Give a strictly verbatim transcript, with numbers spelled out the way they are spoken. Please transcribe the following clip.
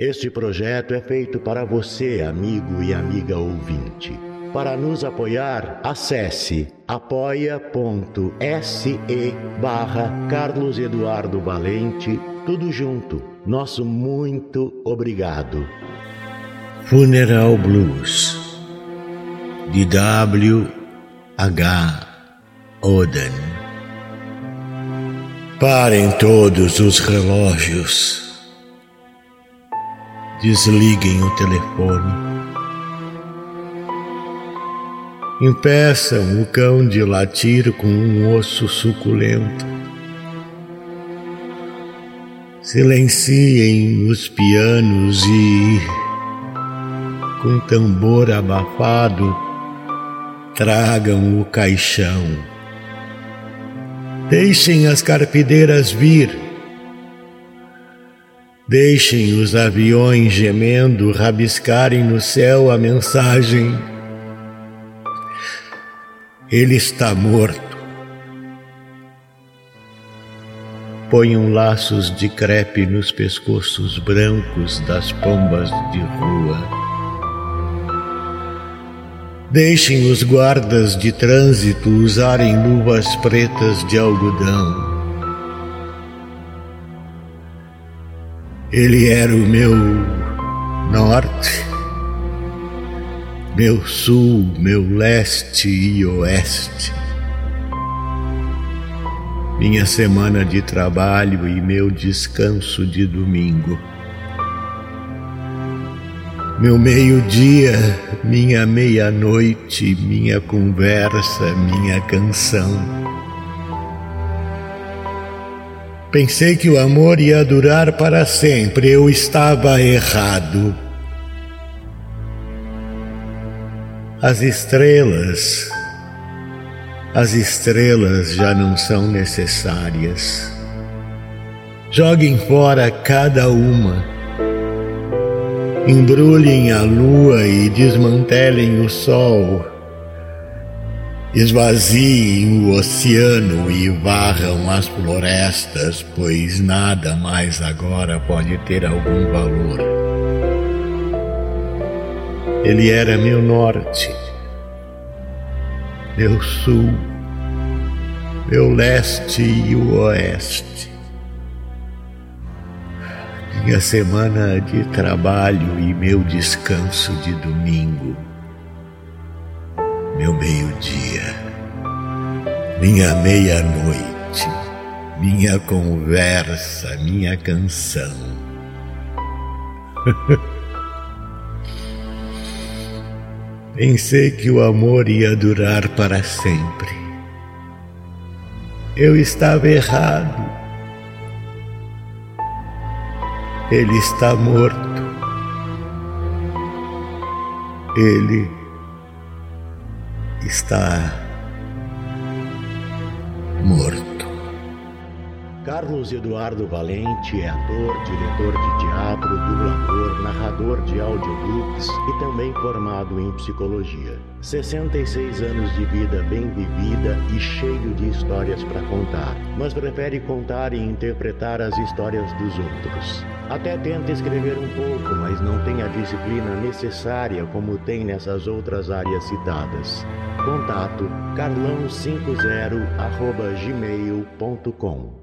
Este projeto é feito para você, amigo e amiga ouvinte. Para nos apoiar, acesse apoia.se barra Carlos Eduardo Valente, tudo junto. Nosso muito obrigado. Funeral Blues, de W H Oden. Parem todos os relógios. Desliguem o telefone. Impeçam o cão de latir com um osso suculento. Silenciem os pianos e, com tambor abafado, tragam o caixão. Deixem as carpideiras vir. Deixem os aviões gemendo rabiscarem no céu a mensagem: ele está morto. Ponham laços de crepe nos pescoços brancos das pombas de rua. Deixem os guardas de trânsito usarem luvas pretas de algodão. Ele era o meu norte, meu sul, meu leste e oeste. Minha semana de trabalho e meu descanso de domingo. Meu meio-dia, minha meia-noite, minha conversa, minha canção. Pensei que o amor ia durar para sempre. Eu estava errado. As estrelas, as estrelas já não são necessárias. Joguem fora cada uma. Embrulhem a lua e desmantelem o sol. Esvaziem o oceano e varram as florestas, pois nada mais agora pode ter algum valor. Ele era meu norte, meu sul, meu leste e o oeste. Minha semana de trabalho e meu descanso de domingo. Meu meio-dia, minha meia-noite, minha conversa, minha canção. Pensei que o amor ia durar para sempre. Eu estava errado. Ele está morto. Ele está morto. Carlos Eduardo Valente é ator, diretor de teatro, dublador, narrador de audiobooks e também formado em psicologia. sessenta e seis anos de vida bem vivida e cheio de histórias para contar, mas prefere contar e interpretar as histórias dos outros. Até tenta escrever um pouco, mas não tem a disciplina necessária como tem nessas outras áreas citadas. Contato carlão cinquenta arroba gmail ponto com